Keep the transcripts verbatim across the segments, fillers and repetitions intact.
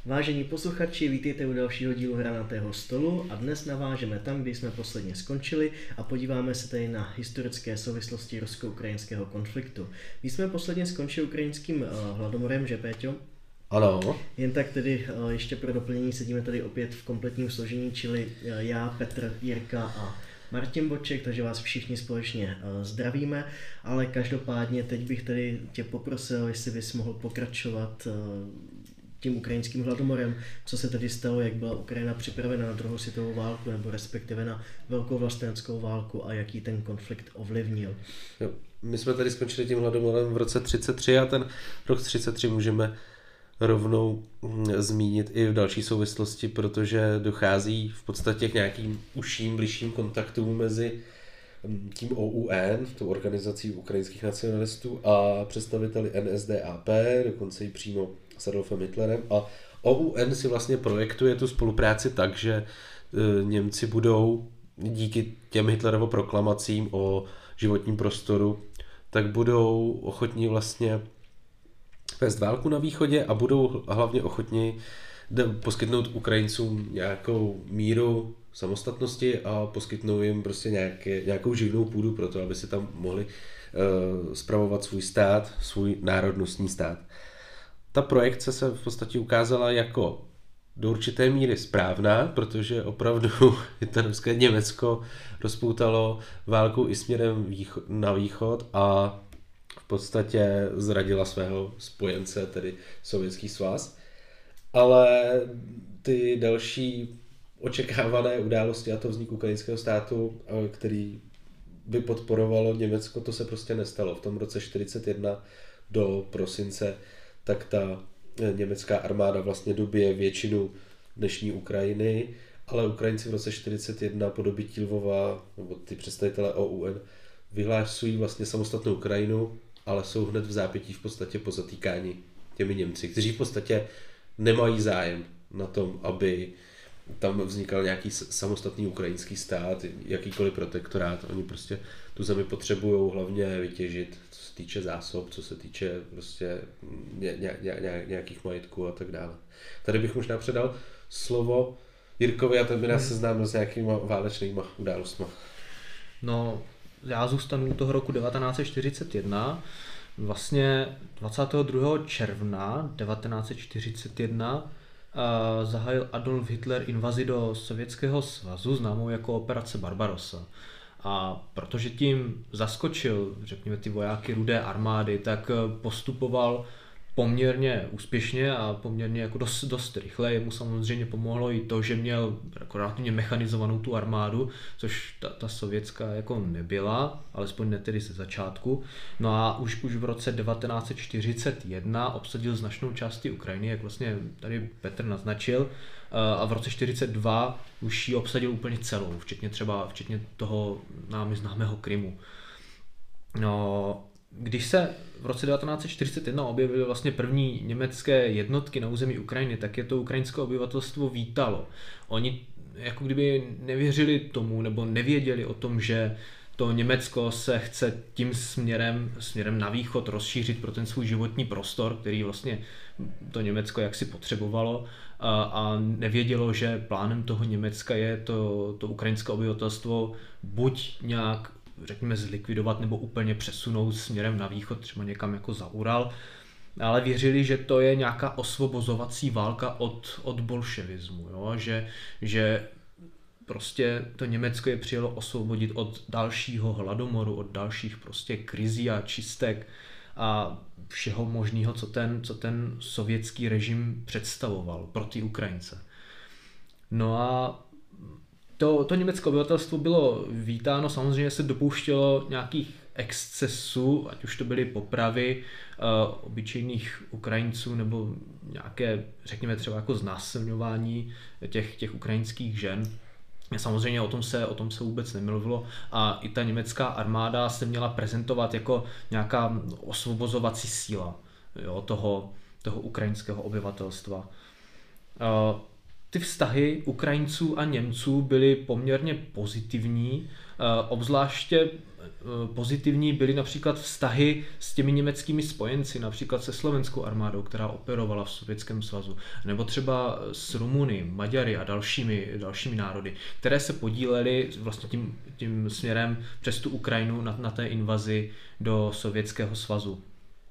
Vážení posluchači, vítejte u dalšího dílu Hranatého stolu a dnes navážeme tam, kde jsme posledně skončili a podíváme se tady na historické souvislosti rusko-ukrajinského konfliktu. My jsme posledně skončili ukrajinským uh, hladomorem, že Péťo? Ano. Jen tak tedy uh, ještě pro doplnění sedíme tady opět v kompletním složení, čili uh, já, Petr, Jirka a Martin Boček, takže vás všichni společně uh, zdravíme, ale každopádně teď bych tedy tě poprosil, jestli bys mohl pokračovat uh, tím ukrajinským hladomorem, co se tedy stalo, jak byla Ukrajina připravena na druhou světovou válku, nebo respektive na velkou vlasteneckou válku a jaký ten konflikt ovlivnil. Jo, my jsme tady skončili tím hladomorem v roce třicet tři a ten rok třicet tři můžeme rovnou zmínit i v další souvislosti, protože dochází v podstatě k nějakým užším, bližším kontaktům mezi tím O U N, tou organizací ukrajinských nacionalistů, a představiteli N S D A P, dokonce i přímo s Adolfem Hitlerem. A O U N si vlastně projektuje tu spolupráci tak, že Němci budou díky těm Hitlerovo proklamacím o životním prostoru, tak budou ochotní vlastně vést válku na východě a budou hlavně ochotní poskytnout Ukrajincům nějakou míru samostatnosti a poskytnou jim prostě nějaké, nějakou živnou půdu pro to, aby si tam mohli uh, spravovat svůj stát, svůj národnostní stát. Ta projekce se v podstatě ukázala jako do určité míry správná, protože opravdu hitlerovské Německo rozpoutalo válku i směrem výcho- na východ a v podstatě zradila svého spojence, tedy Sovětský svaz. Ale ty další očekávané události, a to vznik ukrajinského státu, který by podporovalo Německo, to se prostě nestalo. V tom roce čtyřicet jedna do prosince tak ta německá armáda vlastně dobije většinu dnešní Ukrajiny, ale Ukrajinci v roce čtyřicet jedna po dobytí Lvova, nebo ty představitelé O U N, vyhlášují vlastně samostatnou Ukrajinu, ale jsou hned v zápětí v podstatě pozatýkáni těmi Němci, kteří v podstatě nemají zájem na tom, aby tam vznikal nějaký samostatný ukrajinský stát, jakýkoliv protektorát. Oni prostě tu zemi potřebují hlavně vytěžit, co se týče zásob, co se týče prostě ně, ně, ně, nějakých majetků a tak dále. Tady bych možná předal slovo Jirkovi a ten by nás seznámil s nějakýma válečnýma událostma. No, já zůstanu u toho roku devatenáct set čtyřicet jedna. Vlastně dvacátého druhého června devatenáct set čtyřicet jedna Uh, zahájil Adolf Hitler invazi do Sovětského svazu, známou jako operace Barbarossa. A protože tím zaskočil, řekněme, ty vojáky Rudé armády, tak postupoval poměrně úspěšně a poměrně jako dost, dost rychle. Jemu samozřejmě pomohlo i to, že měl jako relativně mechanizovanou tu armádu, což ta, ta sovětská jako nebyla, alespoň ne tedy ze začátku. No a už, už v roce devatenáct set čtyřicet jedna obsadil značnou části Ukrajiny, jak vlastně tady Petr naznačil, a v roce čtyřicet dva už ji obsadil úplně celou, včetně třeba včetně toho námi známého Krymu. No, když se v roce devatenáct set čtyřicet jedna objevily vlastně první německé jednotky na území Ukrajiny, tak je to ukrajinské obyvatelstvo vítalo. Oni jako kdyby nevěřili tomu nebo nevěděli o tom, že to Německo se chce tím směrem, směrem na východ rozšířit pro ten svůj životní prostor, který vlastně to Německo jaksi potřebovalo, a, a nevědělo, že plánem toho Německa je to, to ukrajinské obyvatelstvo buď nějak řekněme zlikvidovat nebo úplně přesunout směrem na východ, třeba někam jako za Ural, ale věřili, že to je nějaká osvobozovací válka od, od bolševismu, jo? Že, že prostě to Německo je přijelo osvobodit od dalšího hladomoru, od dalších prostě krizí a čistek a všeho možného, co ten, co ten sovětský režim představoval pro ty Ukrajince. No a To, to německé obyvatelstvo bylo vítáno, samozřejmě se dopouštělo nějakých excesů, ať už to byly popravy uh, obyčejných Ukrajinců nebo nějaké, řekněme třeba jako znásilňování těch, těch ukrajinských žen. Samozřejmě o tom se, o tom se vůbec nemluvilo a i ta německá armáda se měla prezentovat jako nějaká osvobozovací síla, jo, toho, toho ukrajinského obyvatelstva. Uh, ty vztahy Ukrajinců a Němců byly poměrně pozitivní, obzvláště pozitivní byly například vztahy s těmi německými spojenci, například se slovenskou armádou, která operovala v Sovětském svazu, nebo třeba s Rumuny, Maďary a dalšími, dalšími národy, které se podílely vlastně tím, tím směrem přes tu Ukrajinu na, na té invazi do Sovětského svazu. Uh,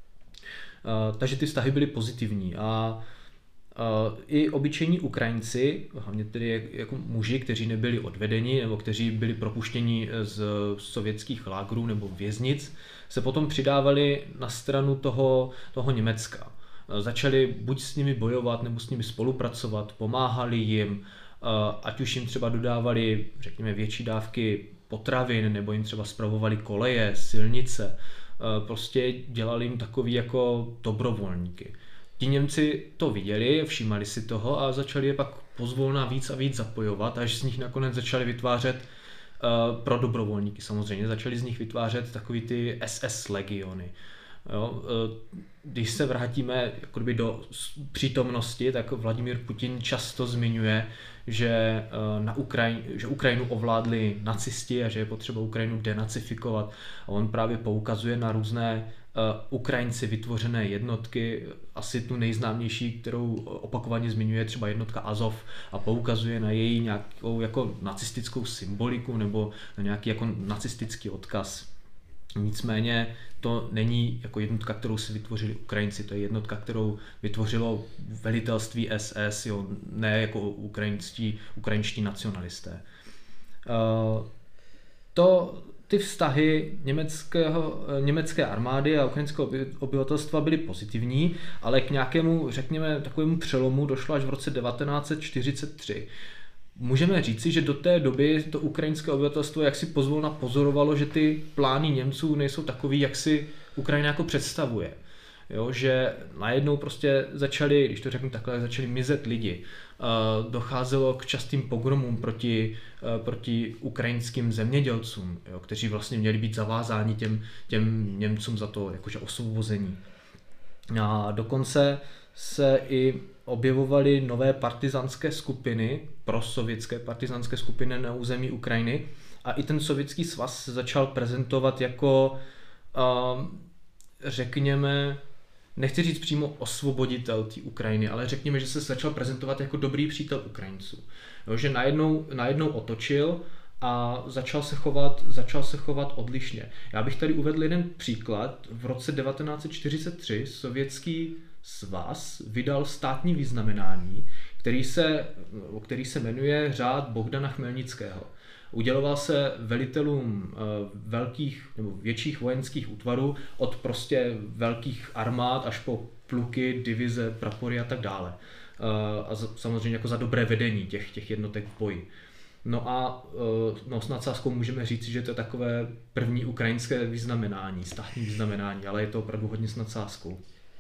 takže ty vztahy byly pozitivní a Uh, i obyčejní Ukrajinci, hlavně tedy jako muži, kteří nebyli odvedeni nebo kteří byli propuštěni z sovětských lágrů nebo věznic, se potom přidávali na stranu toho, toho Německa. Uh, začali buď s nimi bojovat nebo s nimi spolupracovat, pomáhali jim, uh, ať už jim třeba dodávali, řekněme, větší dávky potravin nebo jim třeba spravovali koleje, silnice, uh, prostě dělali jim takový jako dobrovolníky. Ti Němci to viděli, všímali si toho a začali je pak pozvolna víc a víc zapojovat, až z nich nakonec začali vytvářet uh, pro dobrovolníky samozřejmě, začali z nich vytvářet takový ty S S legiony. Jo, uh, když se vrátíme jakoby do přítomnosti, tak Vladimír Putin často zmiňuje, že, uh, na Ukrajin, že Ukrajinu ovládli nacisti a že je potřeba Ukrajinu denacifikovat. A on právě poukazuje na různé Ukrajinci vytvořené jednotky, asi tu nejznámější, kterou opakovaně zmiňuje třeba jednotka Azov a poukazuje na její nějakou jako nacistickou symboliku nebo na nějaký jako nacistický odkaz. Nicméně to není jako jednotka, kterou si vytvořili Ukrajinci, to je jednotka, kterou vytvořilo velitelství S S, jo, ne jako ukrajinští, ukrajinští nacionalisté. Uh, to Ty vztahy německého, německé armády a ukrajinského obyvatelstva byly pozitivní, ale k nějakému, řekněme, takovému přelomu došlo až v roce devatenáct set čtyřicet tři. Můžeme říci, že do té doby to ukrajinské obyvatelstvo jaksi pozvolna pozorovalo, že ty plány Němců nejsou takový, jak si Ukrajina jako představuje. Jo, že najednou prostě začali, když to řeknu takhle, začali mizet lidi. Docházelo k častým pogromům proti, proti ukrajinským zemědělcům, jo, kteří vlastně měli být zavázáni těm, těm Němcům za to jakože osvobození. A dokonce se i objevovaly nové partizánské skupiny, prosovětské partizánské skupiny na území Ukrajiny a i ten Sovětský svaz se začal prezentovat jako, řekněme, nechci říct přímo osvoboditel té Ukrajiny, ale řekněme, že se začal prezentovat jako dobrý přítel Ukrajinců. Jo, že najednou, najednou otočil a začal se, chovat, začal se chovat odlišně. Já bych tady uvedl jeden příklad. V roce devatenáct set čtyřicet tři Sovětský svaz vydal státní vyznamenání, který se, který se jmenuje Řád Bohdana Chmelnického. Uděloval se velitelům velkých nebo větších vojenských útvarů od prostě velkých armád až po pluky, divize, prapory a tak dále. A samozřejmě jako za dobré vedení těch, těch jednotek v boji. No a no, s nadsázkou můžeme říct, že to je takové první ukrajinské vyznamenání, státní vyznamenání, ale je to opravdu hodně s nadsázkou.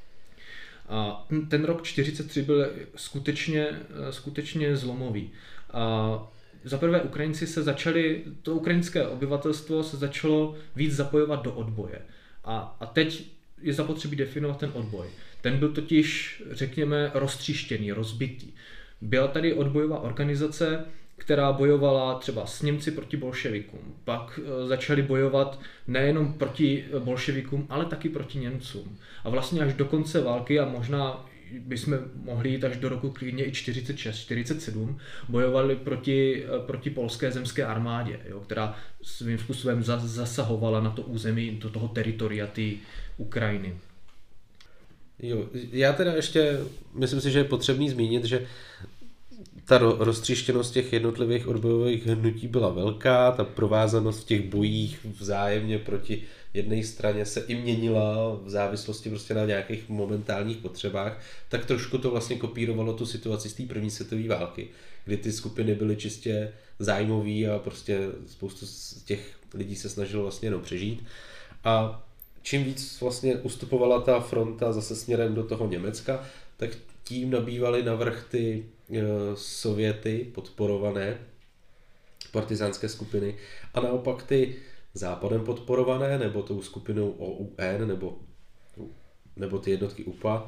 A ten rok čtyřicet tři byl skutečně, skutečně zlomový. A za prvé Ukrajinci se začali, to ukrajinské obyvatelstvo se začalo víc zapojovat do odboje. A, a teď je zapotřebí definovat ten odboj. Ten byl totiž, řekněme, roztříštěný, rozbitý. Byla tady odbojová organizace, která bojovala třeba s Němci proti bolševikům. Pak začali bojovat nejenom proti bolševikům, ale taky proti Němcům. A vlastně až do konce války a možná bychom mohli jít až do roku klidně i čtyřicet šest čtyřicet sedm, bojovali proti, proti polské zemské armádě, jo, která svým způsobem zasahovala na to území, do toho teritoria té Ukrajiny. Jo, já teda ještě myslím si, že je potřebný zmínit, že ta roztříštěnost těch jednotlivých odbojových hnutí byla velká, ta provázanost v těch bojích vzájemně proti jedné straně se i měnila v závislosti prostě na nějakých momentálních potřebách, tak trošku to vlastně kopírovalo tu situaci z té první světové války, kdy ty skupiny byly čistě zájmový a prostě spoustu z těch lidí se snažilo vlastně jenom přežít. A čím víc vlastně ustupovala ta fronta zase směrem do toho Německa, tak tím nabývaly navrch ty e, Sověty podporované partizánské skupiny a naopak ty Západem podporované nebo tou skupinou O U N nebo, nebo ty jednotky U P A,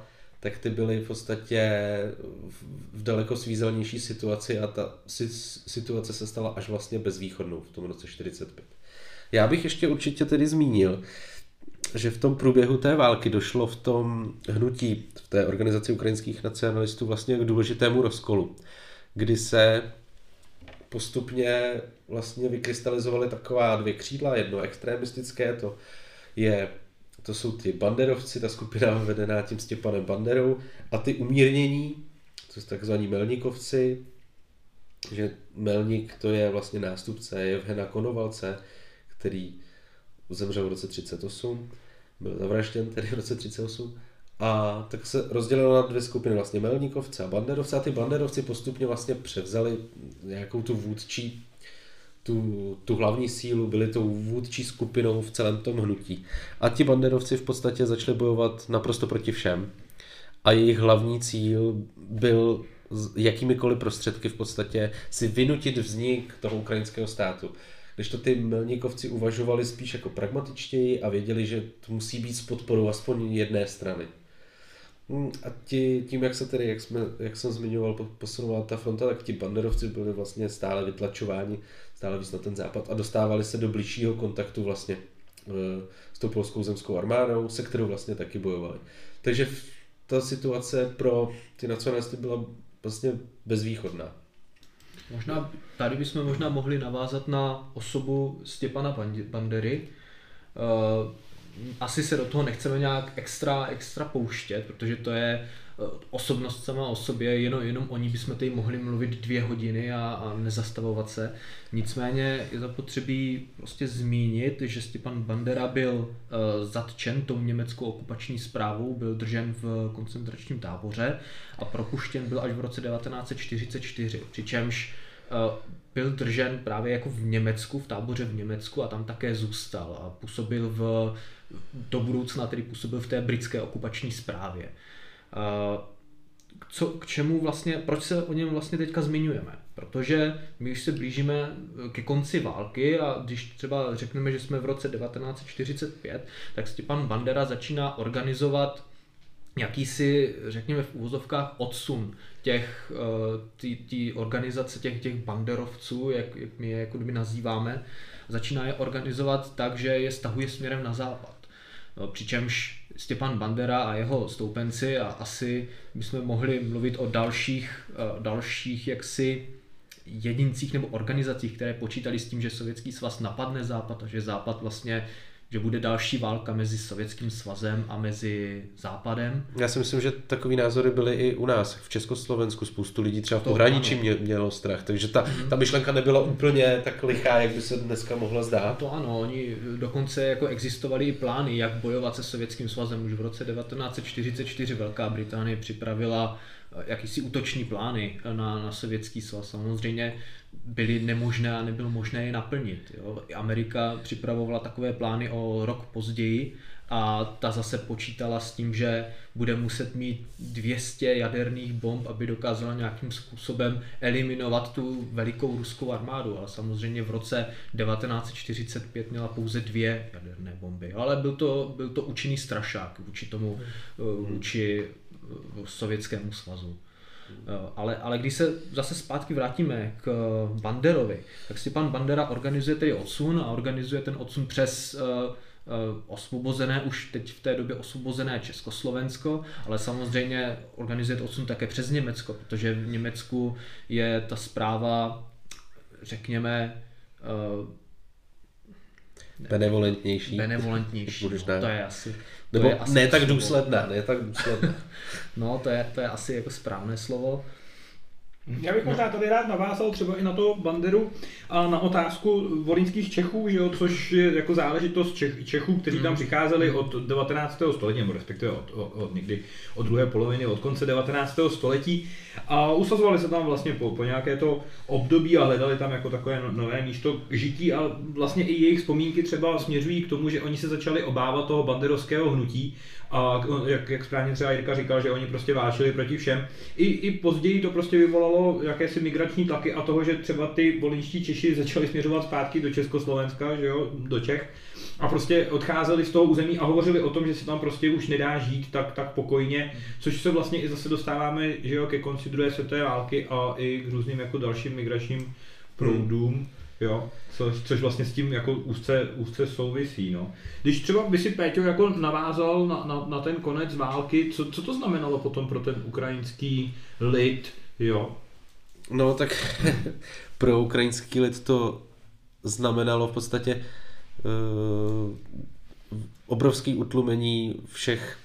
tak ty byly v podstatě v daleko svízelnější situaci a ta situace se stala až vlastně bezvýchodnou v tom roce čtyřicet pět. Já bych ještě určitě tedy zmínil, že v tom průběhu té války došlo v tom hnutí, v té organizaci ukrajinských nacionalistů vlastně k důležitému rozkolu, kdy se postupně vlastně vykrystalizovaly taková dvě křídla, jedno extremistické, to je, to jsou ty banderovci, ta skupina vedená tím Stěpanem Banderou, a ty umírnění, to jsou takzvaní Melníkovci, že Melník to je vlastně nástupce Jevhena Konovalce, který zemřel v roce třicet osm, byl zavražděn tedy v roce třicet osm, a tak se rozdělilo na dvě skupiny, vlastně Melníkovce a Banderovce, a ty Banderovci postupně vlastně převzali nějakou tu vůdčí, tu, tu hlavní sílu, byli tou vůdčí skupinou v celém tom hnutí. A ti Banderovci v podstatě začali bojovat naprosto proti všem a jejich hlavní cíl byl jakýmikoliv prostředky v podstatě si vynutit vznik toho ukrajinského státu. Když to ty Melníkovci uvažovali spíš jako pragmatičtěji a věděli, že to musí být s podporou aspoň jedné strany. A ti, tím, jak se tedy, jak, jsme, jak jsem zmiňoval, posunovala ta fronta, tak ti banderovci byli vlastně stále vytlačováni, stále víc na ten západ a dostávali se do bližšího kontaktu vlastně s tou polskou zemskou armádou, se kterou vlastně taky bojovali. Takže ta situace pro ty nacionalisty byla vlastně bezvýchodná. Možná, tady bychom možná mohli navázat na osobu Stěpana Bandery. Asi se do toho nechceme nějak extra, extra pouštět, protože to je osobnost sama o sobě, jenom, jenom o ní bychom tady mohli mluvit dvě hodiny a, a nezastavovat se. Nicméně je zapotřebí prostě zmínit, že Stěpan Bandera byl uh, zatčen tou německou okupační správou, byl držen v koncentračním táboře a propuštěn byl až v roce devatenáct set čtyřicet čtyři, přičemž uh, byl držen právě jako v Německu, v táboře v Německu a tam také zůstal a působil v, do budoucna, tedy působil v té britské okupační správě. Co, k čemu vlastně, proč se o něm vlastně teďka zmiňujeme? Protože my už se blížíme ke konci války a když třeba řekneme, že jsme v roce devatenáct set čtyřicet pět, tak Stěpan Bandera začíná organizovat jakýsi, řekněme v úvozovkách, odsun těch tý, tý organizace těch, těch banderovců, jak, jak my je jako kdyby nazýváme, začíná je organizovat tak, že je stahuje směrem na západ. Přičemž Stěpan Bandera a jeho stoupenci, a asi bychom mohli mluvit o dalších, dalších jaksi jedincích nebo organizacích, které počítali s tím, že Sovětský svaz napadne Západ a že Západ vlastně, že bude další válka mezi Sovětským svazem a mezi Západem. Já si myslím, že takový názory byly i u nás v Československu. Spoustu lidí třeba v pohraničí mě, mělo strach, takže ta, ta myšlenka nebyla úplně tak lichá, jak by se dneska mohla zdát. To ano, oni dokonce jako existovaly i plány, jak bojovat se Sovětským svazem. Už v roce devatenáct set čtyřicet čtyři Velká Británie připravila jakýsi útoční plány na, na Sovětský svaz. Samozřejmě byly nemožné a nebylo možné je naplnit. Jo. Amerika připravovala takové plány o rok později a ta zase počítala s tím, že bude muset mít dvě stě jaderných bomb, aby dokázala nějakým způsobem eliminovat tu velikou ruskou armádu. Ale samozřejmě v roce devatenáct set čtyřicet pět měla pouze dvě jaderné bomby. Ale byl to, byl to účinný strašák vůči tomu, vůči Sovětskému svazu. Ale, ale když se zase zpátky vrátíme k Banderovi, tak si pan Bandera organizuje tedy odsun a organizuje ten odsun přes uh, uh, osvobozené, už teď v té době osvobozené Československo, ale samozřejmě organizuje odsun také přes Německo, protože v Německu je ta správa, řekněme, uh, benevolentnější. Benevolentnější, no, to je asi... To Nebo je asi ne tak slovo. důsledná, ne tak důsledná. No, to je, to je asi jako správné slovo. Já bych možná tady rád navázal třeba i na to Banderu a na otázku volyňských Čechů, že jo, což je jako záležitost Čech, Čechů, kteří tam přicházeli od devatenáctého století, nebo respektive od, od, od někdy od druhé poloviny, od konce devatenáctého století a usazovali se tam vlastně po, po nějaké to období a hledali tam jako takové nové místo k žití a vlastně i jejich vzpomínky třeba směřují k tomu, že oni se začali obávat toho banderovského hnutí a jak, jak správně třeba Jirka říkal, že oni prostě válčili proti všem. I, i později to prostě vyvolalo jakési migrační tlaky a toho, že třeba ty volyňští Češi začali směřovat zpátky do Československa, že jo, do Čech. a prostě odcházeli z toho území a hovořili o tom, že se tam prostě už nedá žít tak, tak pokojně, což se vlastně i zase dostáváme, že jo, ke konci druhé světové války a i k různým jako dalším migračním proudům, hmm. jo, což, což vlastně s tím jako úzce, úzce souvisí, no. Když třeba by si Péťo jako navázal na, na, na ten konec války, co, co to znamenalo potom pro ten ukrajinský lid, jo? No tak pro ukrajinský lid to znamenalo v podstatě uh, obrovský utlumení všech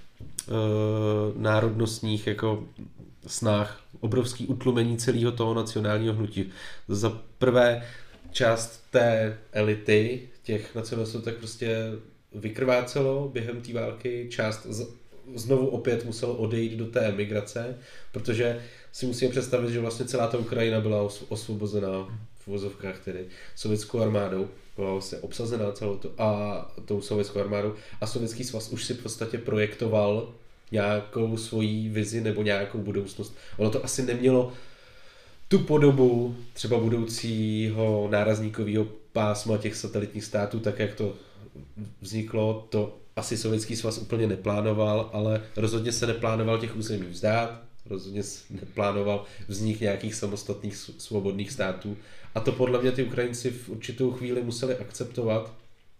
uh, národnostních jako snách, obrovský utlumení celého toho nacionálního hnutí. Za prvé část té elity, těch nacionalistů, tak prostě vykrvácelo během té války, část z, znovu opět muselo odejít do té emigrace, protože si musíme představit, že vlastně celá ta Ukrajina byla osvobozená v uvozovkách tedy sovětskou armádou, byla vlastně obsazená celou to, a tou sovětskou armádou a Sovětský svaz už si v podstatě projektoval nějakou svoji vizi nebo nějakou budoucnost. Ono to asi nemělo tu podobu třeba budoucího nárazníkového pásma těch satelitních států, tak jak to vzniklo, to asi Sovětský svaz úplně neplánoval, ale rozhodně se neplánoval těch území vzdát, rozhodně se neplánoval vznik nějakých samostatných svobodných států a to podle mě ty Ukrajinci v určitou chvíli museli akceptovat.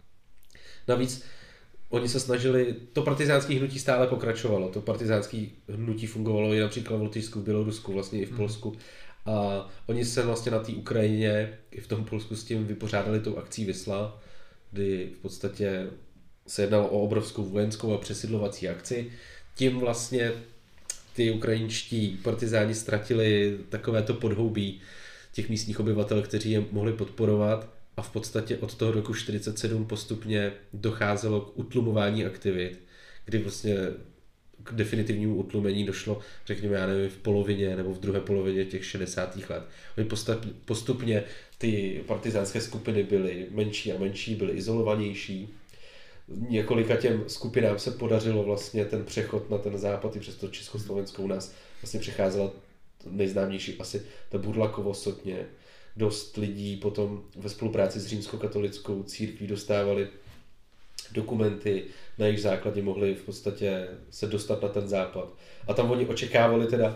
Navíc oni se snažili, to partizánské hnutí stále pokračovalo, to partizánské hnutí fungovalo i například v Lotyšsku, v Bělorusku, vlastně i v Polsku a oni se vlastně na té Ukrajině i v tom Polsku s tím vypořádali tou akcí Vysla, kdy v podstatě se jednalo o obrovskou vojenskou a přesidlovací akci. Tím vlastně ty ukrajinští partizáni ztratili takovéto podhoubí těch místních obyvatel, kteří je mohli podporovat a v podstatě od toho roku čtyřicet sedm postupně docházelo k utlumování aktivit, kdy vlastně k definitivnímu utlumení došlo, řekněme, já nevím, v polovině nebo v druhé polovině těch šedesátých let. Oni postupně ty partizánské skupiny byly menší a menší, byly izolovanější. Několika těm skupinám se podařilo vlastně ten přechod na ten západ, i přes to Československou nás vlastně přecházela nejznámější asi ta Burlakovo sotně. Dost lidí potom ve spolupráci s římskokatolickou církví dostávali dokumenty, na jejich základě mohli v podstatě se dostat na ten západ. A tam oni očekávali teda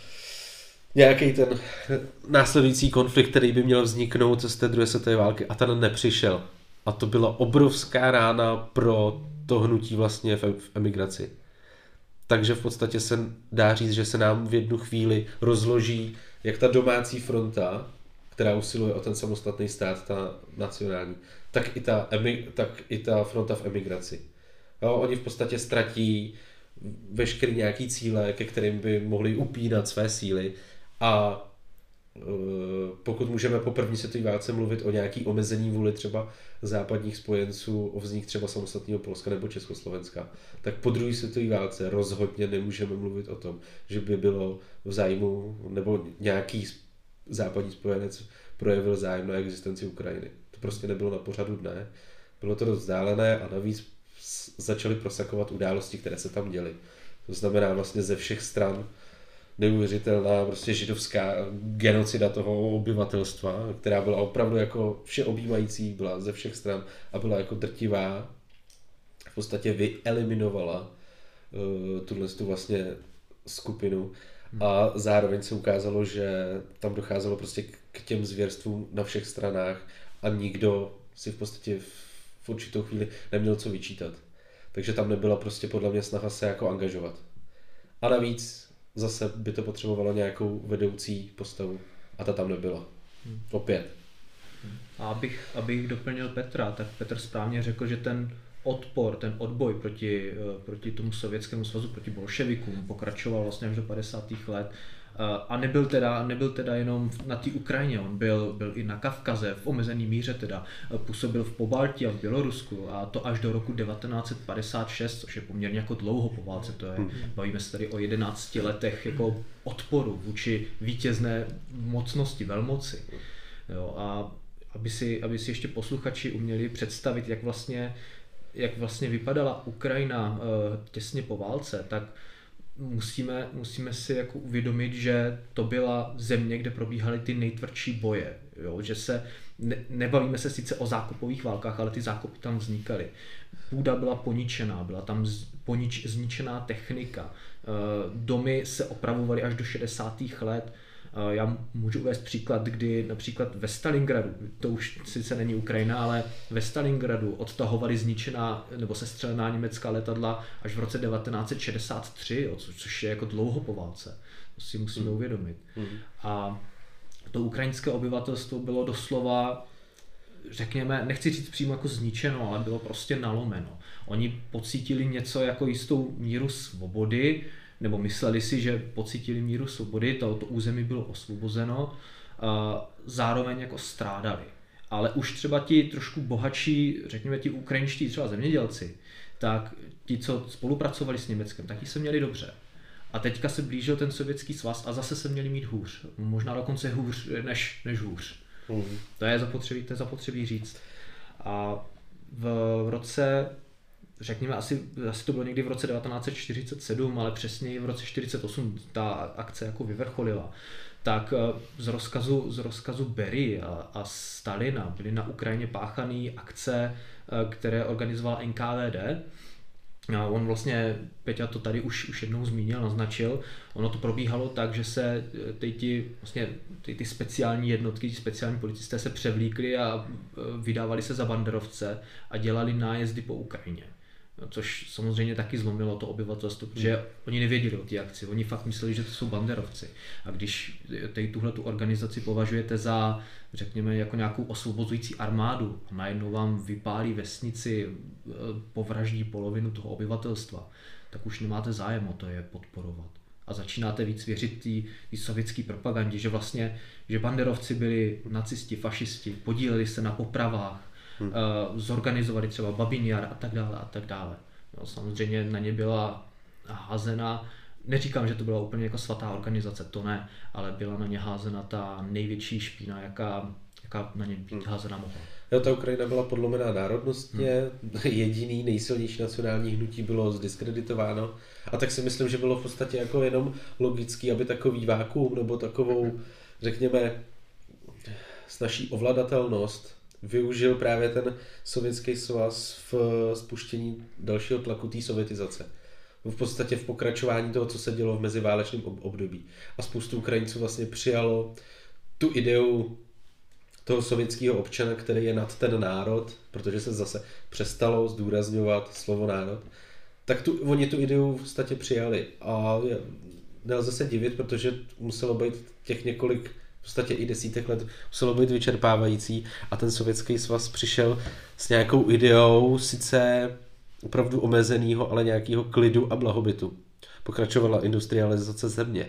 nějaký ten následující konflikt, který by měl vzniknout z té druhé světové války a ten nepřišel. A to byla obrovská rána pro to hnutí vlastně v emigraci. Takže v podstatě se dá říct, že se nám v jednu chvíli rozloží jak ta domácí fronta, která usiluje o ten samostatný stát, ta nacionální, tak i ta, emi, tak i ta fronta v emigraci. Jo, oni v podstatě ztratí veškerý nějaký cíle, ke kterým by mohli upínat své síly a e, pokud můžeme po první světové válce mluvit o nějaký omezení vůli třeba západních spojenců, o vznik třeba samostatného Polska nebo Československa, tak po druhé světové válce rozhodně nemůžeme mluvit o tom, že by bylo v zájmu nebo nějaký západní spojenec projevil zájem na existenci Ukrajiny. To prostě nebylo na pořadu dne, bylo to dost vzdálené a navíc začaly prosakovat události, které se tam děly. To znamená vlastně ze všech stran neuvěřitelná prostě židovská genocida toho obyvatelstva, která byla opravdu jako všeobjímající, byla ze všech stran a byla jako drtivá. V podstatě vyeliminovala uh, tuhle vlastně skupinu a zároveň se ukázalo, že tam docházelo prostě k těm zvěrstvům na všech stranách a nikdo si v podstatě v určitou chvíli neměl co vyčítat. Takže tam nebyla prostě podle mě snaha se jako angažovat. A navíc zase by to potřebovalo nějakou vedoucí postavu a ta tam nebyla. Hmm. Opět. A abych, abych doplnil Petra, tak Petr správně řekl, že ten odpor, ten odboj proti, proti tomu Sovětskému svazu, proti bolševikům pokračoval vlastně až do padesátých let. A nebyl teda, nebyl teda jenom na té Ukrajině, on byl, byl i na Kavkaze, v omezený míře teda, působil v Pobaltí a v Bělorusku a to až do roku devatenáct set padesát šest, což je poměrně jako dlouho po válce, to je, bavíme se tady o jedenácti letech jako odporu vůči vítězné mocnosti, velmoci. Jo, a aby si, aby si ještě posluchači uměli představit, jak vlastně, jak vlastně vypadala Ukrajina těsně po válce, tak musíme, musíme si jako uvědomit, že to byla země, kde probíhaly ty nejtvrdší boje. Jo? Že se, ne, nebavíme se sice o zákopových válkách, ale ty zákopy tam vznikaly. Půda byla poničená, byla tam z, ponič, zničená technika. Domy se opravovaly až do šedesátých let. Já můžu uvést příklad, kdy například ve Stalingradu, to už sice není Ukrajina, ale ve Stalingradu odtahovali zničená nebo sestřelená německá letadla až v roce devatenáct set šedesát tři, jo, což je jako dlouho po válce. To si musíme mm. uvědomit. Mm. A to ukrajinské obyvatelstvo bylo doslova, řekněme, nechci říct přímo jako zničeno, ale bylo prostě nalomeno. Oni pocítili něco jako jistou míru svobody, nebo mysleli si, že pocítili míru svobody, to, to území bylo osvobozeno, zároveň jako strádali. Ale už třeba ti trošku bohatší, řekněme ti ukrajinští třeba zemědělci, tak ti, co spolupracovali s Německem, tak ti se měli dobře. A teďka se blížil ten Sovětský svaz a zase se měli mít hůř. Možná dokonce hůř než, než hůř. Mm. To je zapotřebí, to je zapotřebí říct. A v, v roce, řekněme, asi, asi to bylo někdy v roce devatenáct set čtyřicet sedm, ale přesněji v roce čtyřicet osm ta akce jako vyvrcholila. Tak z rozkazu, z rozkazu Bery a, a Stalina byly na Ukrajině páchané akce, které organizovala N K V D. A on vlastně, Peťa to tady už, už jednou zmínil, naznačil, ono to probíhalo tak, že se ty, ty, vlastně, ty, ty speciální jednotky, ty speciální policisté se převlíkli a vydávali se za banderovce a dělali nájezdy po Ukrajině. Což samozřejmě taky zlomilo to obyvatelstvo, protože hmm. oni nevěděli o té akci, oni fakt mysleli, že to jsou banderovci. A když tady tuhle tu organizaci považujete za, řekněme, jako nějakou osvobozující armádu, a najednou vám vypálí vesnici, povraždí polovinu toho obyvatelstva, tak už nemáte zájem o to je podporovat. A začínáte víc věřit té sovětské propagandě, že vlastně, že banderovci byli nacisti, fašisti, podíleli se na popravách, Hmm. zorganizovali třeba Babin Jar a tak dále a tak dále. No, samozřejmě na ně byla házena, neříkám, že to byla úplně jako svatá organizace, to ne, ale byla na ně házena ta největší špína, jaká, jaká na ně být hmm. házena mohla. Jo, ta Ukrajina byla podlomená národnostně, hmm. jediný nejsilnější nacionální hnutí bylo zdiskreditováno a tak si myslím, že bylo v podstatě jako jenom logický, aby takový vákuum nebo takovou, řekněme, snažší ovladatelnost využil právě ten Sovětský svaz v spuštění dalšího tlaku té sovětizace. V podstatě v pokračování toho, co se dělo v meziválečném období. A spoustu Ukrajinců vlastně přijalo tu ideu toho sovětského občana, který je nad ten národ, protože se zase přestalo zdůrazňovat slovo národ, tak tu, oni tu ideu v podstatě přijali. A nelze se divit, protože muselo být těch několik v podstatě i desítek let muselo být vyčerpávající a ten Sovětský svaz přišel s nějakou ideou sice opravdu omezenýho, ale nějakého klidu a blahobytu. Pokračovala industrializace země.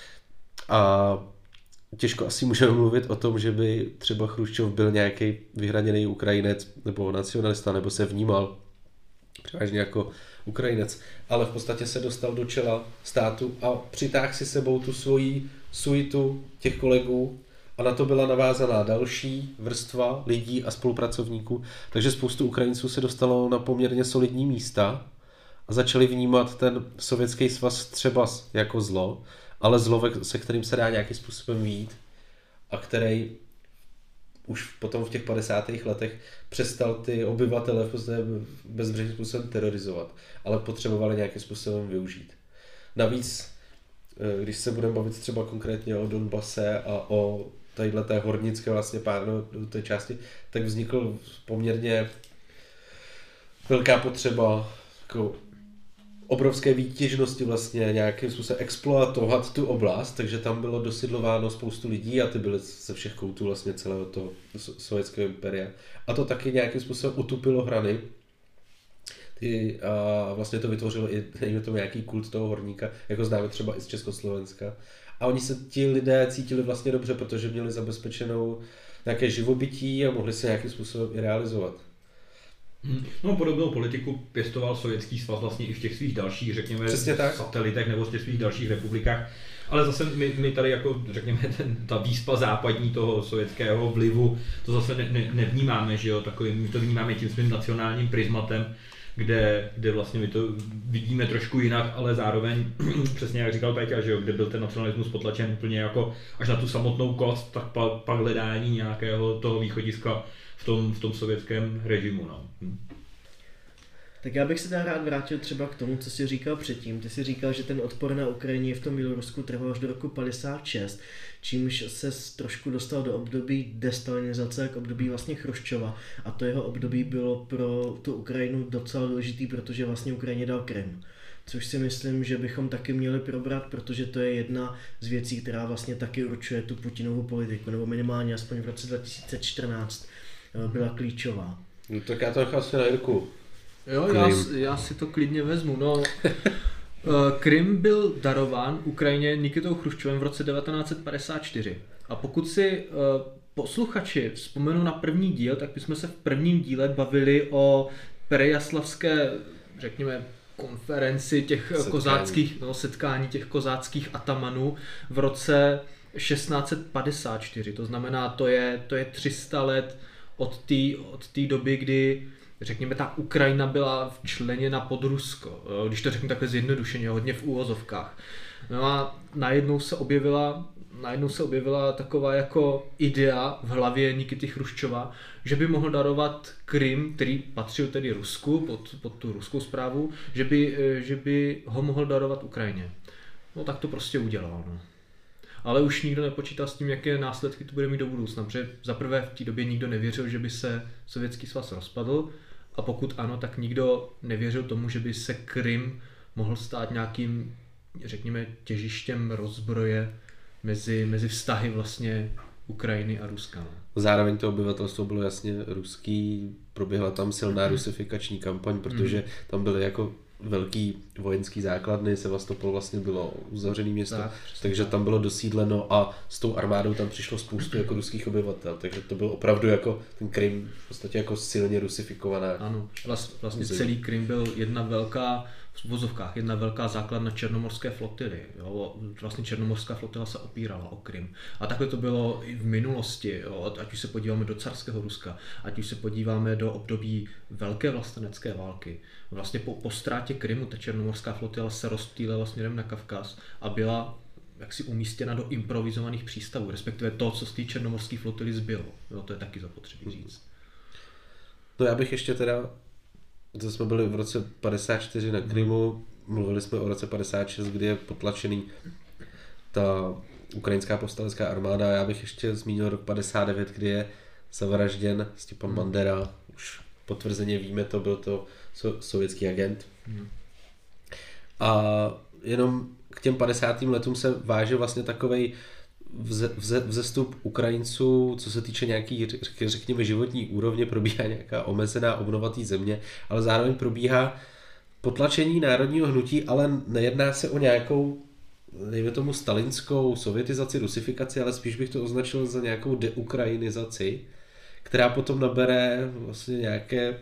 A těžko asi můžeme mluvit o tom, že by třeba Chruščov byl nějaký vyhraněný Ukrajinec nebo nacionalista, nebo se vnímal převážně jako Ukrajinec, ale v podstatě se dostal do čela státu a přitáhl si sebou tu svoji suitu těch kolegů a na to byla navázaná další vrstva lidí a spolupracovníků, takže spoustu Ukrajinců se dostalo na poměrně solidní místa a začali vnímat ten Sovětský svaz třeba jako zlo, ale zlo, se kterým se dá nějakým způsobem vyjít a který už potom v těch padesátých letech přestal ty obyvatele v podstatě bezbřehým způsobem terorizovat, ale potřebovali nějakým způsobem využít. Navíc, když se budeme bavit třeba konkrétně o Donbase a o tadyhleté hornické vlastně párno do té části, tak vznikl poměrně velká potřeba jako obrovské výtěžnosti vlastně nějakým způsobem exploatovat tu oblast, takže tam bylo dosidlováno spoustu lidí a ty byly ze všech koutů vlastně celého toho sovětského imperia. A to taky nějakým způsobem utupilo hrany. Ty, a vlastně to vytvořilo i tomu nějaký kult toho horníka, jako známe třeba i z Československa. A oni se ti lidé cítili vlastně dobře, protože měli zabezpečenou nějaké živobytí a mohli se nějakým způsobem i realizovat. No, podobnou politiku pěstoval Sovětský svaz vlastně i v těch svých dalších, řekněme, satelitech nebo v těch svých dalších republikách. Ale zase my, my tady jako, řekněme, ten, ta výspa západní toho sovětského vlivu, to zase ne, ne, nevnímáme, že jo, takový, my to vnímáme tím svým nacionálním prismatem. kde, kde vlastně my to vidíme trošku jinak, ale zároveň přesně jak říkal Péťa, že jo, kde byl ten nacionalismus potlačen úplně jako až na tu samotnou kost, tak pak, pak hledání nějakého toho východiska v tom, v tom sovětském režimu. No. Hm. Tak já bych se teda rád vrátil třeba k tomu, co jsi říkal předtím. Ty jsi říkal, že ten odpor na Ukrajině v tom Bělorusku trval až do roku padesát šest, čímž se trošku dostal do období destalinizace, k období vlastně Chruščova. A to jeho období bylo pro tu Ukrajinu docela důležitý, protože vlastně Ukrajině dal Krym. Což si myslím, že bychom taky měli probrat, protože to je jedna z věcí, která vlastně taky určuje tu Putinovu politiku, nebo minimálně aspoň v roce dva tisíce čtrnáct byla klíčová. No tak já to nechám asi na Jirku. Jo, já, já si to klidně vezmu. No, Krym byl darován Ukrajině Nikitou Chruščovem v roce devatenáct set padesát čtyři. A pokud si posluchači vzpomenou na první díl, tak bychom se v prvním díle bavili o perejaslavské, řekněme, konferenci těch setkání. kozáckých, no, setkání těch kozáckých atamanů v roce šestnáct set padesát čtyři. To znamená, to je, to je tři sta let od té od té doby, kdy řekněme, ta Ukrajina byla včleněna pod Rusko, když to řeknu takhle zjednodušeně, hodně v úvozovkách. No a najednou se objevila, najednou se objevila taková jako idea v hlavě Nikity Chruščova, že by mohl darovat Krym, který patřil tedy Rusku, pod, pod tu ruskou správu, že by, že by ho mohl darovat Ukrajině. No tak to prostě udělal. No. Ale už nikdo nepočítal s tím, jaké následky to bude mít do budoucna, protože zaprvé v té době nikdo nevěřil, že by se Sovětský svaz rozpadl, a pokud ano, tak nikdo nevěřil tomu, že by se Krym mohl stát nějakým, řekněme, těžištěm rozbroje mezi, mezi vztahy vlastně Ukrajiny a Ruska. No. Zároveň to obyvatelstvo bylo jasně ruský, proběhla tam silná rusifikační kampaň, protože mm. tam byly jako velký vojenský základny, Sevastopol vlastně bylo uzavřené město, tak, takže tam bylo dosídleno a s tou armádou tam přišlo spoustu jako ruských obyvatel, takže to byl opravdu jako ten Krym v podstatě jako silně rusifikovaná. Ano, vlastně celý Krym byl jedna velká, v vozovkách, jedna velká základna černomorské flotily. Jo? Vlastně černomorská flotila se opírala o Krym. A takhle to bylo i v minulosti, jo? Ať už se podíváme do carského Ruska, ať už se podíváme do období velké vlastenecké války. Vlastně po, po ztrátě Krymu ta černomorská flotila se rozptýlela směrem na Kavkaz a byla jaksi umístěna do improvizovaných přístavů, respektive to, co z té černomorské flotily zbylo. Jo? To je taky zapotřebí říct. No já bych ještě teda, to jsme byli v roce padesát čtyři na Krymu, mluvili jsme o roce padesát šest, kdy je potlačený ta ukrajinská povstalecká armáda, já bych ještě zmínil rok padesát devět, kdy je zavražděn Stepan Bandera, už potvrzeně víme to, byl to so, sovětský agent. A jenom k těm padesátým letům se váže vlastně takovej vze, vze, vzestup Ukrajinců, co se týče nějaký, řekněme, životní úrovně, probíhá nějaká omezená obnova té země, ale zároveň probíhá potlačení národního hnutí, ale nejedná se o nějakou, dejme tomu, stalinskou sovětizaci, rusifikaci, ale spíš bych to označil za nějakou deukrajinizaci, která potom nabere vlastně nějaké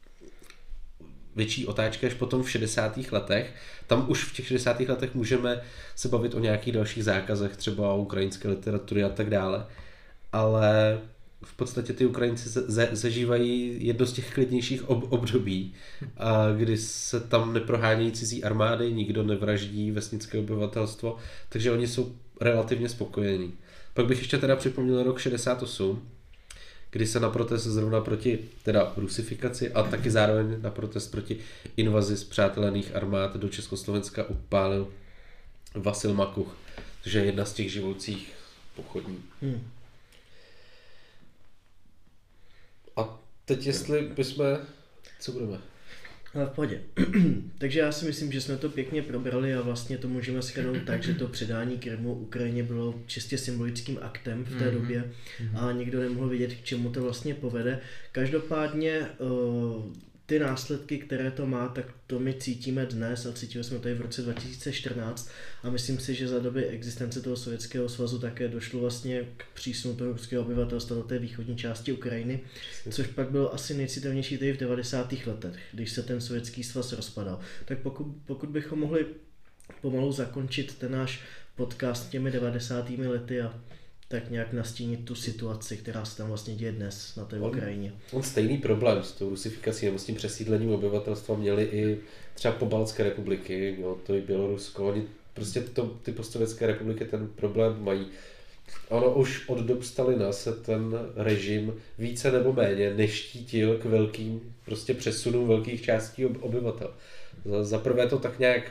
větší otáčky až potom v šedesátých letech. Tam už v těch šedesátých letech můžeme se bavit o nějakých dalších zákazech, třeba o ukrajinské literatury a tak dále. Ale v podstatě ty Ukrajinci ze, zažívají jedno z těch klidnějších ob, období, a kdy se tam neprohánějí cizí armády, nikdo nevraždí vesnické obyvatelstvo, takže oni jsou relativně spokojení. Pak bych ještě teda připomněl rok šedesát osm, kdy se na protest zrovna proti teda rusifikaci a taky zároveň na protest proti invazi spřátelených armád do Československa upálil Vasil Makuch, což je jedna z těch živoucích pochodní. Hmm. A teď jestli bychom, co budeme? Ale v pohodě. Takže já si myslím, že jsme to pěkně probrali a vlastně to můžeme shrnout tak, že to předání Krymu Ukrajině bylo čistě symbolickým aktem v té mm-hmm. době a nikdo nemohl vědět, k čemu to vlastně povede. Každopádně ty následky, které to má, tak to my cítíme dnes a cítili jsme to i v roce dva tisíce čtrnáct a myslím si, že za doby existence toho Sovětského svazu také došlo vlastně k přísunu toho ruského obyvatelstva do té východní části Ukrajiny, což pak bylo asi nejcitelnější tady v devadesátých letech, když se ten Sovětský svaz rozpadal. Tak pokud, pokud bychom mohli pomalu zakončit ten náš podcast těmi devadesátými lety a tak nějak nastínit tu situaci, která se tam vlastně děje dnes na té on, Ukrajině. On stejný problém s tou rusifikací nebo s tím přesídlením obyvatelstva měli i třeba pobaltské republiky, jo, to i Bělorusko, oni prostě to, ty postsovětské republiky ten problém mají. Ono už od dob Stalina se ten režim více nebo méně neštítil k velkým prostě přesunům velkých částí obyvatel. Za, za prvé to tak nějak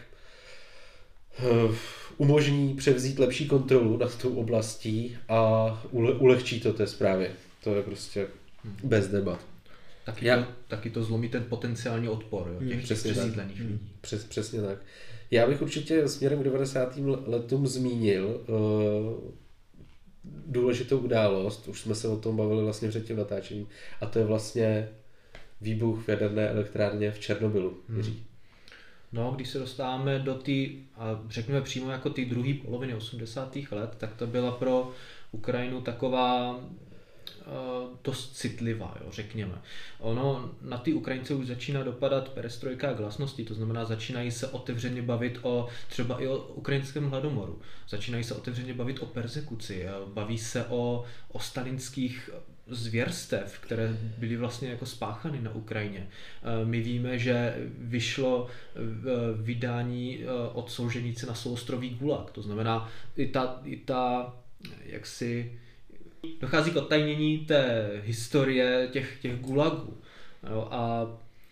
uh, umožní převzít lepší kontrolu nad tou oblastí a ule, ulehčí to té správě. To je prostě bez debat. Taky, Já... to, taky to zlomí ten potenciální odpor jo, těch, těch přesídlených lidí. Přes, přesně tak. Já bych určitě směrem k devadesátým letům zmínil uh, důležitou událost, už jsme se o tom bavili vlastně před tím natáčením, a to je vlastně výbuch v jaderné elektrárně v Černobylu. Hmm. No, když se dostáváme do té, a řekněme přímo jako té druhé poloviny osmdesátých let, tak to byla pro Ukrajinu taková uh, dost citlivá, jo, řekněme. Ono na ty Ukrajince už začíná dopadat perestrojka a glasnosti, to znamená začínají se otevřeně bavit o třeba i o ukrajinském hladomoru, začínají se otevřeně bavit o perzekuci, baví se o, o stalinských zvěrstev, které byly vlastně jako spáchany na Ukrajině. My víme, že vyšlo vydání od Solženice na souostroví Gulag, to znamená i ta, i ta jaksi dochází k odtajnění té historie těch, těch gulagů. Jo, a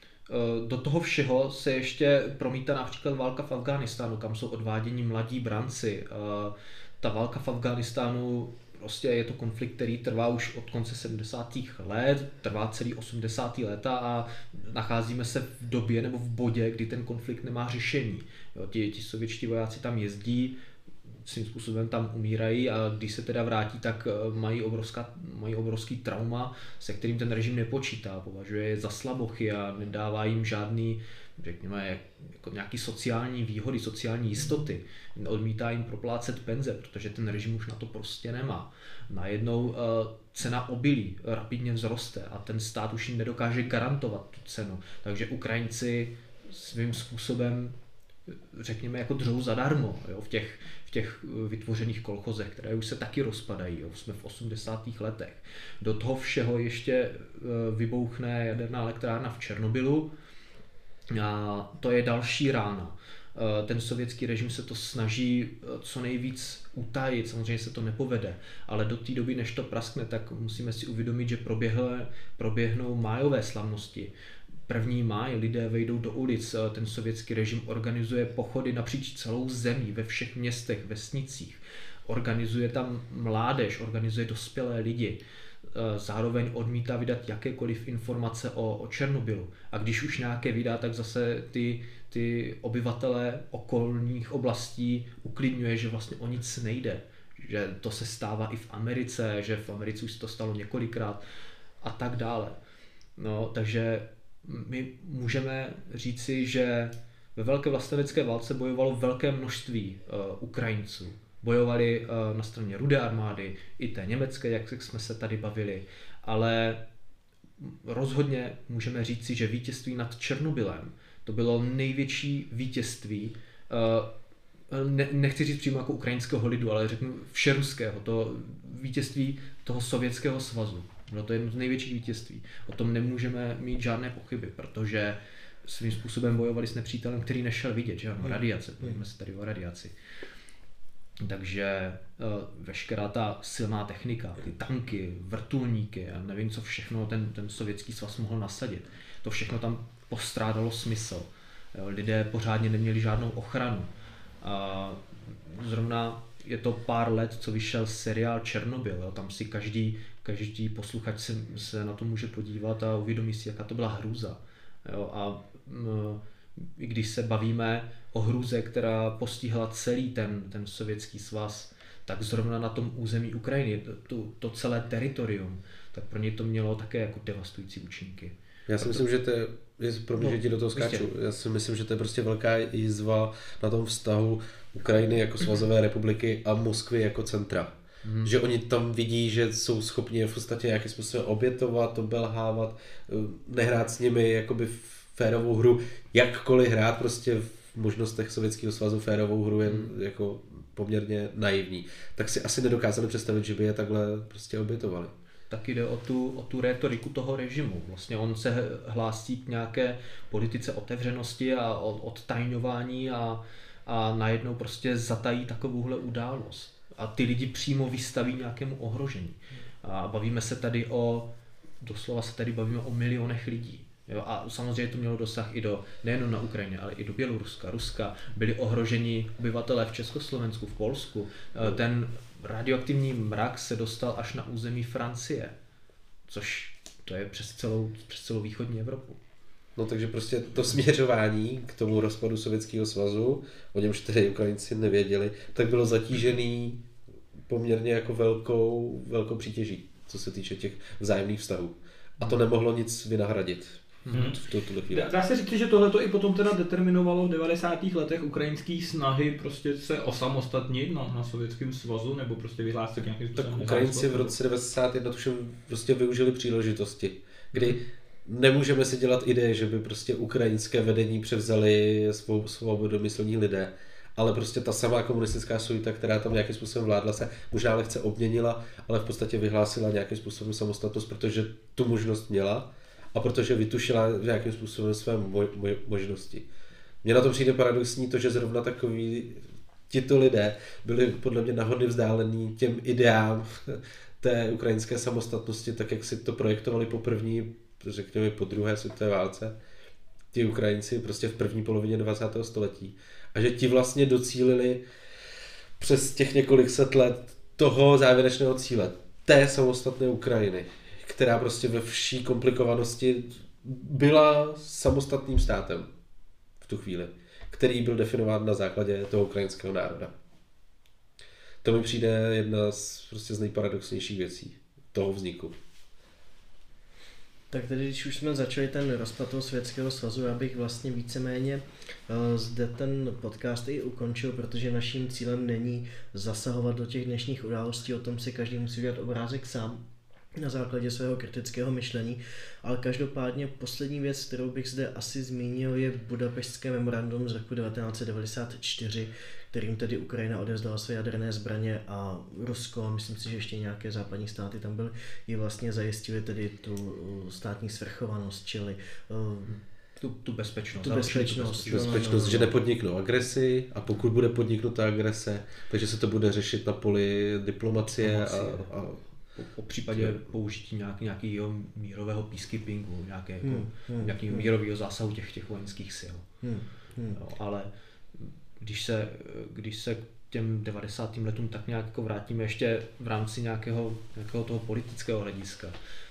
do toho všeho se ještě promítá například válka v Afghánistánu, kam jsou odváděni mladí branci. Ta válka v Afghánistánu prostě je to konflikt, který trvá už od konce sedmdesátých let, trvá celý osmdesátá léta a nacházíme se v době nebo v bodě, kdy ten konflikt nemá řešení. Jo, ti, ti sovětští vojáci tam jezdí, svým způsobem tam umírají a když se teda vrátí, tak mají, obrovská, mají obrovský trauma, se kterým ten režim nepočítá, považuje je za slabochy a nedává jim žádný, řekněme, jako nějaký sociální výhody, sociální jistoty. Odmítá jim proplácet penze, protože ten režim už na to prostě nemá. Najednou uh, cena obilí rapidně vzroste a ten stát už jim nedokáže garantovat tu cenu. Takže Ukrajinci svým způsobem, řekněme, jako dřou zadarmo, jo, v těch, v těch vytvořených kolchozech, které už se taky rozpadají, jo, jsme v osmdesátých letech. Do toho všeho ještě vybouchne jaderná elektrárna v Černobylu a to je další rána. Ten sovětský režim se to snaží co nejvíc utajit, samozřejmě se to nepovede, ale do té doby, než to praskne, tak musíme si uvědomit, že proběhle, proběhnou májové slavnosti. prvního máje lidé vejdou do ulic, ten sovětský režim organizuje pochody napříč celou zemí, ve všech městech, vesnicích. Organizuje tam mládež, organizuje dospělé lidi. Zároveň odmítá vydat jakékoliv informace o, o Černobylu. A když už nějaké vydá, tak zase ty, ty obyvatele okolních oblastí uklidňuje, že vlastně o nic nejde. Že to se stává i v Americe, že v Americe už se to stalo několikrát a tak dále. No, takže my můžeme říci, že ve velké vlastenecké válce bojovalo velké množství uh, Ukrajinců. Bojovali uh, na straně Rudé armády, i té německé, jak jsme se tady bavili, ale rozhodně můžeme říci, že vítězství nad Černobylem to bylo největší vítězství, uh, ne, nechci říct přímo jako ukrajinského lidu, ale řeknu všeruského, to vítězství toho Sovětského svazu. Bylo to jedno z největších vítězství. O tom nemůžeme mít žádné pochyby, protože svým způsobem bojovali s nepřítelem, který nešel vidět, že ano, radiace, pojďme se tady o radiaci. Takže uh, veškerá ta silná technika, ty tanky, vrtulníky a nevím co všechno ten, ten sovětský svaz mohl nasadit, to všechno tam postrádalo smysl. Jo, lidé pořádně neměli žádnou ochranu. A zrovna je to pár let, co vyšel seriál Černobyl, jo, tam si každý Každý posluchač se, se na to může podívat a uvědomí si, jaká to byla hrůza. Jo, a m, i když se bavíme o hrůze, která postihla celý ten, ten sovětský svaz, tak zrovna na tom území Ukrajiny, to, to, to celé teritorium, tak pro ně to mělo také jako devastující účinky. Já si myslím, že to je, pro mě, no, že ti do toho skáču, já si myslím, že to je prostě velká jizva na tom vztahu Ukrajiny jako svazové republiky a Moskvy jako centra. Hmm. Že oni tam vidí, že jsou schopni v podstatě nějakým způsobem obětovat, obelhávat, nehrát s nimi jakoby férovou hru, jakkoliv hrát prostě v možnostech Sovětského svazu férovou hru jen hmm. jako poměrně naivní, tak si asi nedokázali představit, že by je takhle prostě obětovali. Tak jde o tu, o tu rétoriku toho režimu. Vlastně on se hlásí k nějaké politice otevřenosti a odtajňování a, a najednou prostě zatají takovouhle událost. A ty lidi přímo vystaví nějakému ohrožení. A bavíme se tady o, doslova se tady bavíme o milionech lidí. Jo, a samozřejmě to mělo dosah i do, nejen na Ukrajině, ale i do Běloruska, Ruska. Byli ohroženi obyvatelé v Československu, v Polsku. Ten radioaktivní mrak se dostal až na území Francie, což to je přes celou, přes celou východní Evropu. No takže prostě to směřování k tomu rozpadu Sovětského svazu, o němž tedy Ukrajinci nevěděli, tak bylo zatížený poměrně jako velkou, velkou přítěží, co se týče těch vzájemných vztahů. A to nemohlo nic vynahradit. Hmm. V tu, tuhle chvíli. Dá, dá se říct, že tohleto i potom teda determinovalo v devadesátých letech ukrajinský snahy prostě se osamostatnit na, na Sovětském svazu nebo prostě vyhlásit nějakým způsobem. Tak Ukrajinci v roce devadesát jedna tuším prostě využili příležitosti, kdy nemůžeme si dělat ideje, že by prostě ukrajinské vedení převzali svou svobodomyslní lidé, ale prostě ta samá komunistická suita, která tam nějakým způsobem vládla, se možná lehce obměnila, ale v podstatě vyhlásila nějakým způsobem samostatnost, protože tu možnost měla a protože vytušila nějakým způsobem své mo- mo- možnosti. Mně na to přijde paradoxní to, že zrovna takoví tito lidé byli podle mě nahodně vzdálení těm ideám té ukrajinské samostatnosti, tak jak si to projektovali po první, řekněme po druhé světové válce, ti Ukrajinci prostě v první polovině dvacátého století. A že ti vlastně docílili přes těch několik set let toho závěrečného cíle, té samostatné Ukrajiny, která prostě ve vší komplikovanosti byla samostatným státem v tu chvíli, který byl definován na základě toho ukrajinského národa. To mi přijde jedna z, prostě z nejparadoxnějších věcí toho vzniku. Tak tedy, když už jsme začali ten rozpad toho Sovětského svazu, já bych vlastně víceméně uh, zde ten podcast i ukončil, protože naším cílem není zasahovat do těch dnešních událostí, o tom si každý musí udělat obrázek sám na základě svého kritického myšlení, ale každopádně poslední věc, kterou bych zde asi zmínil, je Budapešťské memorandum z roku devatenáct set devadesát čtyři, kterým tedy Ukrajina odevzdala své jaderné zbraně a Rusko, a myslím si, že ještě nějaké západní státy tam byly, ji vlastně zajistili tedy tu státní svrchovanost, čili tu, tu bezpečnost. Tu bezpečnost, tu bezpečnost no, no, no. Že nepodniknou agresi a pokud bude podniknuta agrese, takže se to bude řešit na poli diplomacie, diplomacie. a, a po případě použití nějak, nějakého mírového peacekeepingu, nějaké, jako, hmm, hmm, nějakého hmm. mírového zásahu těch, těch vojenských sil. Hmm, hmm. No, ale když se, když se k těm devadesátým letům tak nějak jako vrátíme ještě v rámci nějakého, nějakého toho politického hlediska.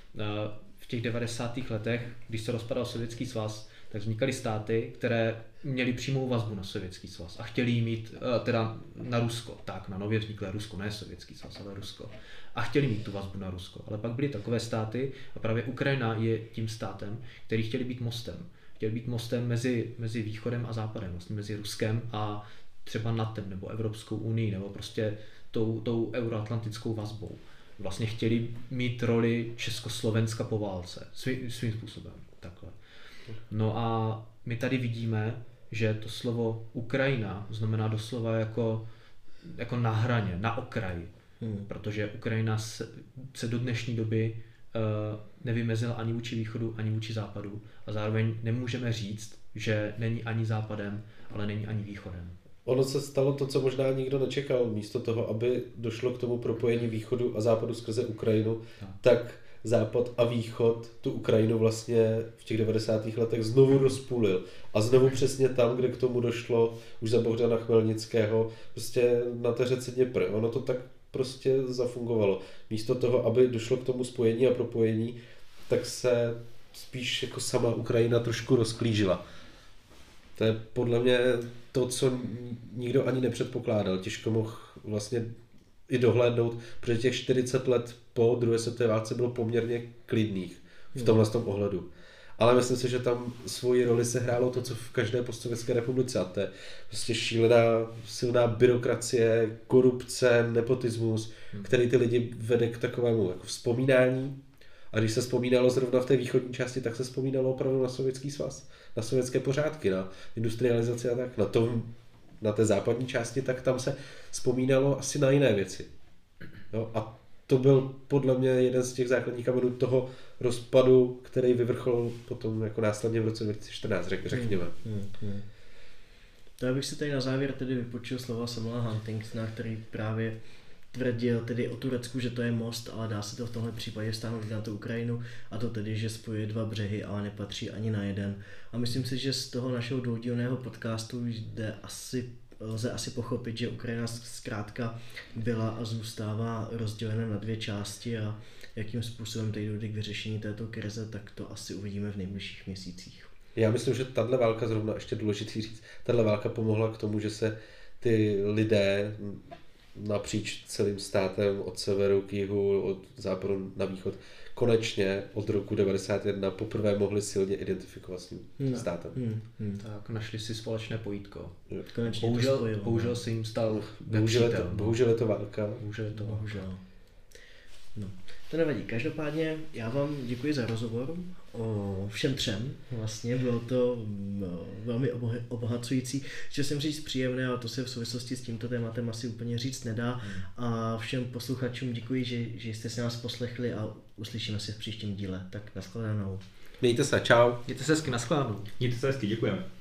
V těch devadesátých letech, když se rozpadal Sovětský svaz, tak vznikaly státy, které měly přímou vazbu na Sovětský svaz a chtěli jí mít, teda na Rusko, tak na nově vzniklé Rusko, ne Sovětský svaz, ale Rusko. A chtěli mít tu vazbu na Rusko, ale pak byly takové státy a právě Ukrajina je tím státem, který chtěli být mostem. Chtěli být mostem mezi, mezi východem a západem, vlastně mezi Ruskem a třeba NATOem nebo Evropskou unii, nebo prostě tou, tou euroatlantickou vazbou. Vlastně chtěli mít roli Československa po válce, svý, svým způsobem, takhle. No a my tady vidíme, že to slovo Ukrajina znamená doslova jako, jako na hraně, na okraji, hmm. protože Ukrajina se, se do dnešní doby uh, nevymezila ani vůči východu, ani vůči západu a zároveň nemůžeme říct, že není ani západem, ale není ani východem. Ono se stalo to, co možná nikdo nečekal. Místo toho, aby došlo k tomu propojení východu a západu skrze Ukrajinu, tak, tak západ a východ tu Ukrajinu vlastně v těch devadesátých letech znovu rozpůlil. A znovu přesně tam, kde k tomu došlo už za Bohdana Chmelnického, prostě na té řece Dněpr. Ono to tak prostě zafungovalo. Místo toho, aby došlo k tomu spojení a propojení, tak se spíš jako sama Ukrajina trošku rozklížila. To je podle mě to, co nikdo ani nepředpokládal. Těžko mohl vlastně i dohlédnout, protože těch čtyřicet let po druhé světové válce bylo poměrně klidných v tomhle tom ohledu. Ale myslím si, že tam svoji roli se hrálo to, co v každé postsovětské republice. A to je prostě šílená, silná byrokracie, korupce, nepotismus, který ty lidi vede k takovému jako vzpomínání. A když se vzpomínalo zrovna v té východní části, tak se vzpomínalo opravdu na Sovětský svaz, na sovětské pořádky, na industrializaci a tak, na to na té západní části, tak tam se vzpomínalo asi na jiné věci. Jo? A to byl podle mě jeden z těch základních kamenů toho rozpadu, který vyvrcholil potom jako následně v roce dva tisíce čtrnáct, řek, řekněme. Hmm, hmm, hmm. To já bych si tady na závěr tedy vypočul slova Samuela Huntingtona, který právě tvrdil tedy o Turecku, že to je most, ale dá se to v tomhle případě vztáhnout na tu Ukrajinu, a to tedy, že spojuje dva břehy, ale nepatří ani na jeden. A myslím si, že z toho našeho dvoudílného podcastu jde asi, lze asi pochopit, že Ukrajina zkrátka byla a zůstává rozdělena na dvě části a jakým způsobem teď dojde k vyřešení této krize, tak to asi uvidíme v nejbližších měsících. Já myslím, že tahle válka, zrovna ještě důležitý říct, tahle válka pomohla k tomu, že se ty lidé napříč celým státem od severu k jihu, od západu na východ, konečně od roku devadesát jedna poprvé mohli silně identifikovat s tím hmm. státem. Hmm. Hmm. Tak našli si společné pojítko. Konečně bohužel, to spojilo. bohužel se jim stal bohužel je, to, nepřítel. bohužel je to válka. Bohužel je to válka. Bohužel. No. To nevadí. Každopádně já vám děkuji za rozhovor o všem třem. Vlastně bylo to velmi obohacující. Chtěl jsem říct příjemné, ale to se v souvislosti s tímto tématem asi úplně říct nedá. A všem posluchačům děkuji, že, že jste se nás poslechli a uslyšíme se v příštím díle. Tak nashledanou. Mějte se, čau. Mějte se hezky, nashledanou. Mějte se hezky, děkujeme.